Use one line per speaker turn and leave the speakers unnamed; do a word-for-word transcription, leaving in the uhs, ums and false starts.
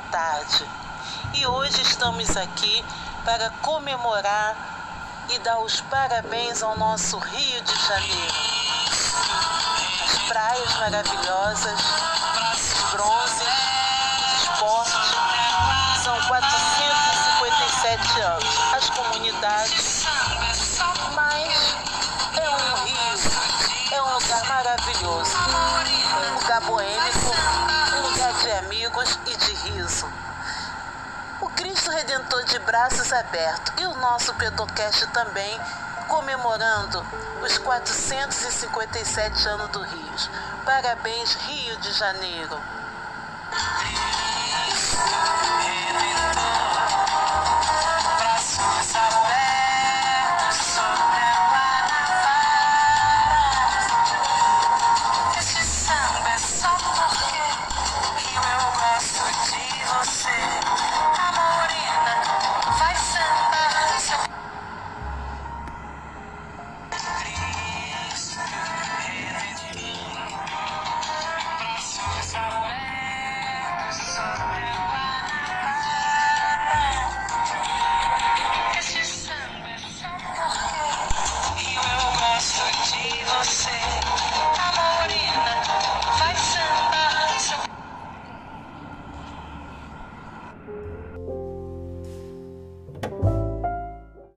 tarde. E hoje estamos aqui para comemorar e dar os parabéns ao nosso Rio de Janeiro. As praias maravilhosas, os bronzes, os esportes, são quatrocentos e cinquenta e sete anos. As comunidades, mas é um rio, é um lugar maravilhoso, um lugar boêmico, um lugar de amigos e de riso. O Cristo Redentor de braços abertos e o nosso Pedocast também comemorando os quatrocentos e cinquenta e sete anos do Rio. Parabéns, Rio de Janeiro!